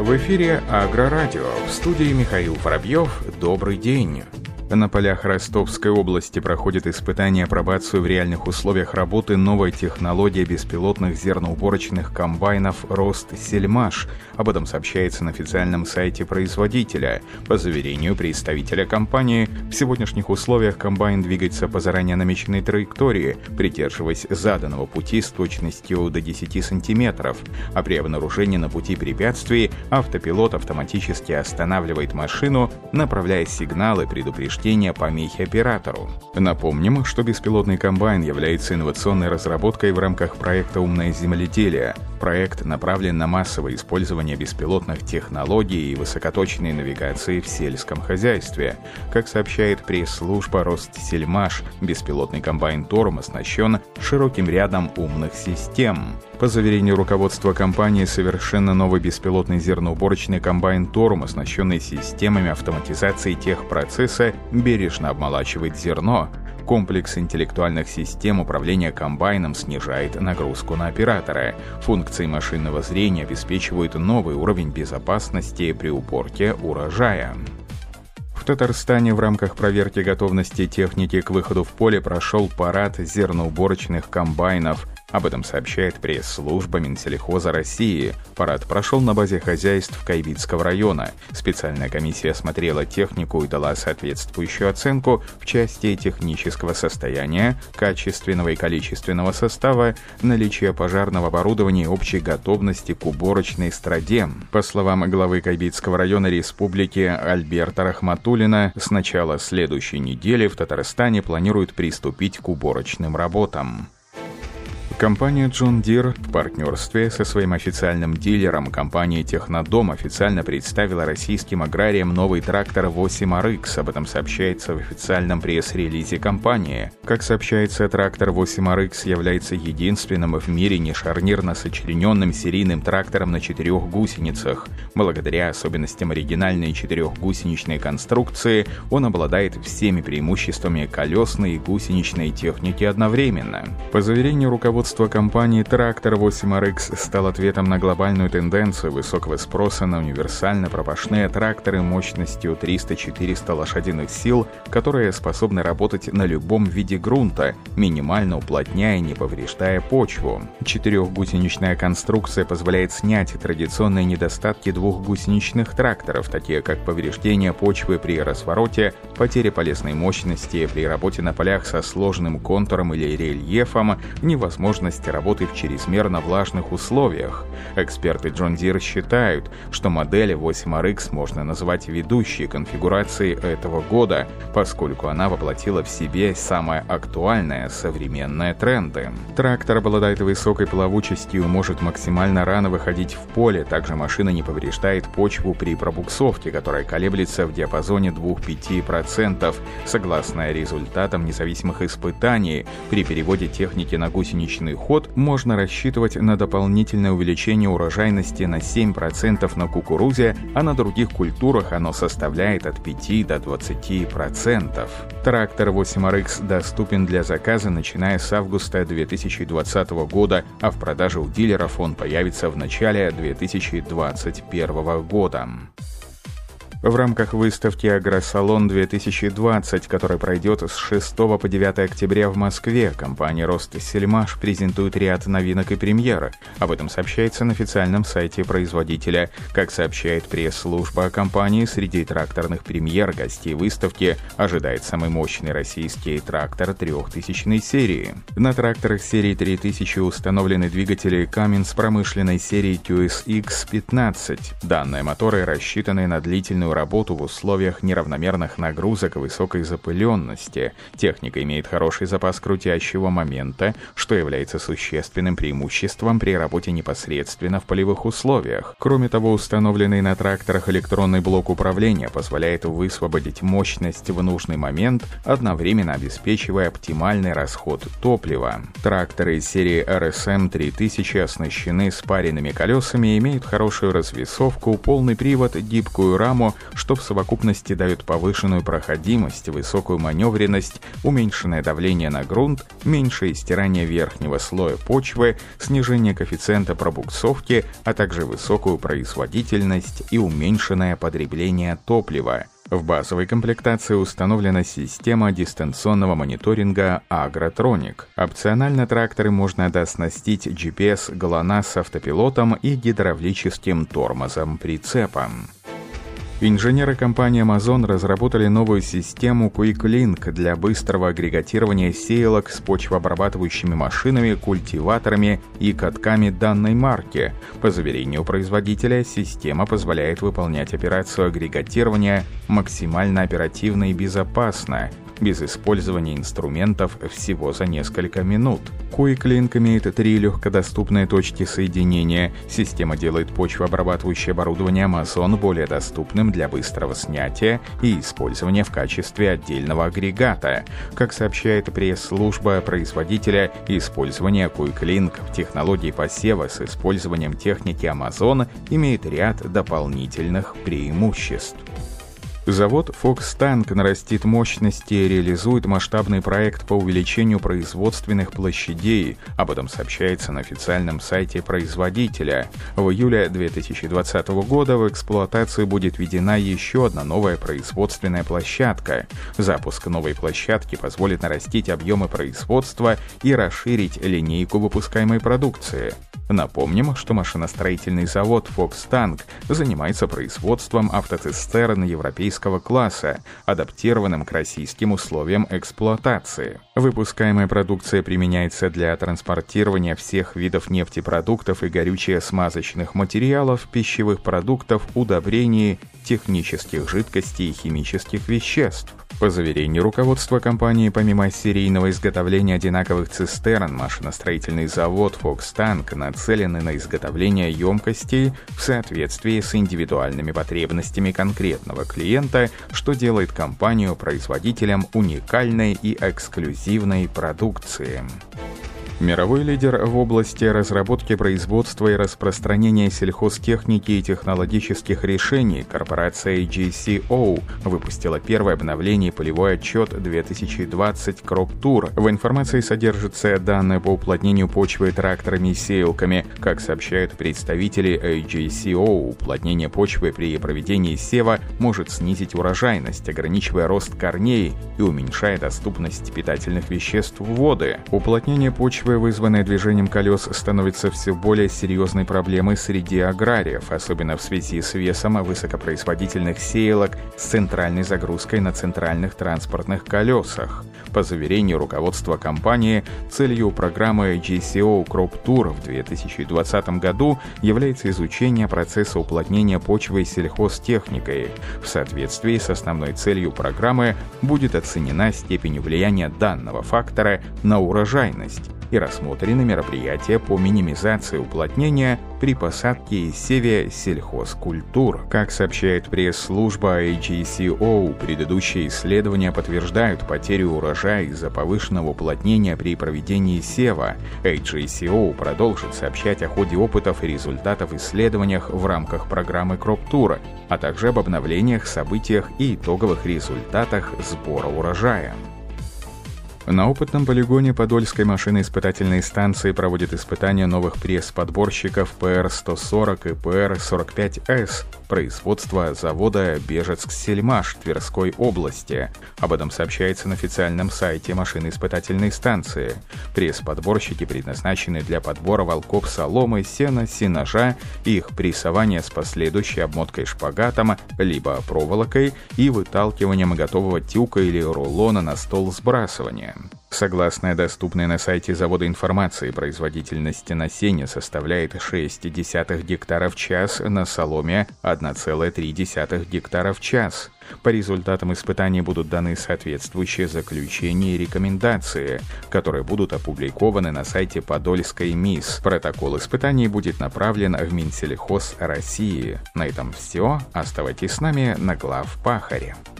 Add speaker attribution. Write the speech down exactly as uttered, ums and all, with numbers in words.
Speaker 1: В эфире Агрорадио. В студии Михаил Воробьев. Добрый день. На полях Ростовской области проходит испытание апробацию в реальных условиях работы новой технологии беспилотных зерноуборочных комбайнов «Ростсельмаш». Об этом сообщается на официальном сайте производителя. По заверению представителя компании, в сегодняшних условиях комбайн двигается по заранее намеченной траектории, придерживаясь заданного пути с точностью до десяти сантиметров. А при обнаружении на пути препятствий автопилот автоматически останавливает машину, направляя сигналы предупреждения помехи оператору. Напомним, что беспилотный комбайн является инновационной разработкой в рамках проекта «Умное земледелие». Проект направлен на массовое использование беспилотных технологий и высокоточной навигации в сельском хозяйстве. Как сообщает пресс-служба «Ростсельмаш», беспилотный комбайн «Торм» оснащен широким рядом умных систем. По заверению руководства компании, совершенно новый беспилотный зерноуборочный комбайн «Торм», оснащенный системами автоматизации техпроцесса, бережно обмолачивает зерно. Комплекс интеллектуальных систем управления комбайном снижает нагрузку на оператора. Функции машинного зрения обеспечивают новый уровень безопасности при уборке урожая. В Татарстане в рамках проверки готовности техники к выходу в поле прошел парад зерноуборочных комбайнов. Об этом сообщает пресс-служба Минсельхоза России. Парад прошел на базе хозяйств Кайбицкого района. Специальная комиссия осмотрела технику и дала соответствующую оценку в части технического состояния, качественного и количественного состава, наличия пожарного оборудования и общей готовности к уборочной страде. По словам главы Кайбицкого района Республики Альберта Рахматуллина, с начала следующей недели в Татарстане планируют приступить к уборочным работам. Компания John Deere в партнерстве со своим официальным дилером компанией Технодом официально представила российским аграриям новый трактор восемь ар икс. Об этом сообщается в официальном пресс-релизе компании. Как сообщается, трактор восемь ар икс является единственным в мире нешарнирно сочлененным серийным трактором на четырех гусеницах. Благодаря особенностям оригинальной четырехгусеничной конструкции он обладает всеми преимуществами колесной и гусеничной техники одновременно. По заверению руководства компании, трактор восемь ар икс стал ответом на глобальную тенденцию высокого спроса на универсально-пропашные тракторы мощностью триста-четыреста лошадиных сил, которые способны работать на любом виде грунта, минимально уплотняя и не повреждая почву. Четырехгусеничная конструкция позволяет снять традиционные недостатки двухгусеничных тракторов, такие как повреждение почвы при развороте, потеря полезной мощности при работе на полях со сложным контуром или рельефом, невозможность работы в чрезмерно влажных условиях. Эксперты John Deere считают, что модель восемь ар икс можно назвать ведущей конфигурацией этого года, поскольку она воплотила в себе самые актуальные современные тренды. Трактор обладает высокой плавучестью и может максимально рано выходить в поле. Также машина не повреждает почву при пробуксовке, которая колеблется в диапазоне двух-пяти процентов. Согласно результатам независимых испытаний, при переводе техники на гусеничный ход можно рассчитывать на дополнительное увеличение урожайности на семь процентов на кукурузе, а на других культурах оно составляет от пяти до двадцати процентов. Трактор восемь ар икс доступен для заказа начиная с августа две тысячи двадцатого года, а в продаже у дилеров он появится в начале две тысячи двадцать первого года. В рамках выставки «Агросалон две тысячи двадцать», которая пройдет с шестого по девятое октября в Москве, компания «Ростсельмаш» презентует ряд новинок и премьер. Об этом сообщается на официальном сайте производителя. Как сообщает пресс-служба компании, среди тракторных премьер гостей выставки ожидает самый мощный российский трактор трехтысячной серии. На тракторах серии три тысячи установлены двигатели Cummins промышленной серии кью эс икс пятнадцать. Данные моторы рассчитаны на длительную работу в условиях неравномерных нагрузок и высокой запыленности. Техника имеет хороший запас крутящего момента, что является существенным преимуществом при работе непосредственно в полевых условиях. Кроме того, установленный на тракторах электронный блок управления позволяет высвободить мощность в нужный момент, одновременно обеспечивая оптимальный расход топлива. Тракторы из серии эр эс эм три тысячи оснащены спаренными колесами и имеют хорошую развесовку, полный привод, гибкую раму, что в совокупности дают повышенную проходимость, высокую маневренность, уменьшенное давление на грунт, меньшее стирание верхнего слоя почвы, снижение коэффициента пробуксовки, а также высокую производительность и уменьшенное потребление топлива. В базовой комплектации установлена система дистанционного мониторинга Agrotronic. Опционально тракторы можно дооснастить джи пи эс GLONASS с автопилотом и гидравлическим тормозом-прицепом. Инженеры компании Amazon разработали новую систему QuickLink для быстрого агрегатирования сеялок с почвообрабатывающими машинами, культиваторами и катками данной марки. По заверению производителя, система позволяет выполнять операцию агрегатирования максимально оперативно и безопасно, без использования инструментов всего за несколько минут. QuickLink имеет три легкодоступные точки соединения. Система делает почвообрабатывающее оборудование Amazon более доступным для быстрого снятия и использования в качестве отдельного агрегата. Как сообщает пресс-служба производителя, использование QuickLink в технологии посева с использованием техники Amazon имеет ряд дополнительных преимуществ. Завод Foxtank нарастит мощности и реализует масштабный проект по увеличению производственных площадей. Об этом сообщается на официальном сайте производителя. В июле две тысячи двадцатого года в эксплуатацию будет введена еще одна новая производственная площадка. Запуск новой площадки позволит нарастить объемы производства и расширить линейку выпускаемой продукции. Напомним, что машиностроительный завод Foxtank занимается производством автоцистерн европейского класса, адаптированным к российским условиям эксплуатации. Выпускаемая продукция применяется для транспортирования всех видов нефтепродуктов и горюче-смазочных материалов, пищевых продуктов, удобрений, технических жидкостей и химических веществ. По заверению руководства компании, помимо серийного изготовления одинаковых цистерн, машиностроительный завод Foxtank нацелены на изготовление емкостей в соответствии с индивидуальными потребностями конкретного клиента, что делает компанию производителем уникальной и эксклюзивной продукции. Мировой лидер в области разработки, производства и распространения сельхозтехники и технологических решений, корпорация эй джей си о выпустила первое обновление полевой отчет две тысячи двадцать CropTour. В информации содержатся данные по уплотнению почвы тракторами и сеялками. Как сообщают представители эй джей си о, уплотнение почвы при проведении сева может снизить урожайность, ограничивая рост корней и уменьшая доступность питательных веществ в воды. Уплотнение почвы, вызванное движением колес, становится все более серьезной проблемой среди аграриев, особенно в связи с весом высокопроизводительных сеялок с центральной загрузкой на центральных транспортных колесах. По заверению руководства компании, целью программы эй джей си о CropTour в две тысячи двадцатом году является изучение процесса уплотнения почвы сельхозтехникой. В соответствии с основной целью программы будет оценена степень влияния данного фактора на урожайность и рассмотрены мероприятия по минимизации уплотнения при посадке и севе сельхозкультур. Как сообщает пресс-служба эй джей си о, предыдущие исследования подтверждают потерю урожая из-за повышенного уплотнения при проведении сева. эй джей си о продолжит сообщать о ходе опытов и результатов исследований в рамках программы CropTour, а также об обновлениях, событиях и итоговых результатах сбора урожая. На опытном полигоне Подольской машиноиспытательной станции проводят испытания новых пресс-подборщиков пэ эр сто сорок и пэ эр сорок пять эс производства завода Бежецк-Сельмаш Тверской области. Об этом сообщается на официальном сайте машиноиспытательной станции. Пресс-подборщики предназначены для подбора волков соломы, сена, сенажа, их прессования с последующей обмоткой шпагатом, либо проволокой и выталкиванием готового тюка или рулона на стол сбрасывания. Согласно доступной на сайте завода информации, производительность на сене составляет шесть десятых гектара в час, на соломе одна целая три десятых гектара в час. По результатам испытаний будут даны соответствующие заключения и рекомендации, которые будут опубликованы на сайте Подольской МИС. Протокол испытаний будет направлен в Минсельхоз России. На этом все. Оставайтесь с нами на Главпахаре.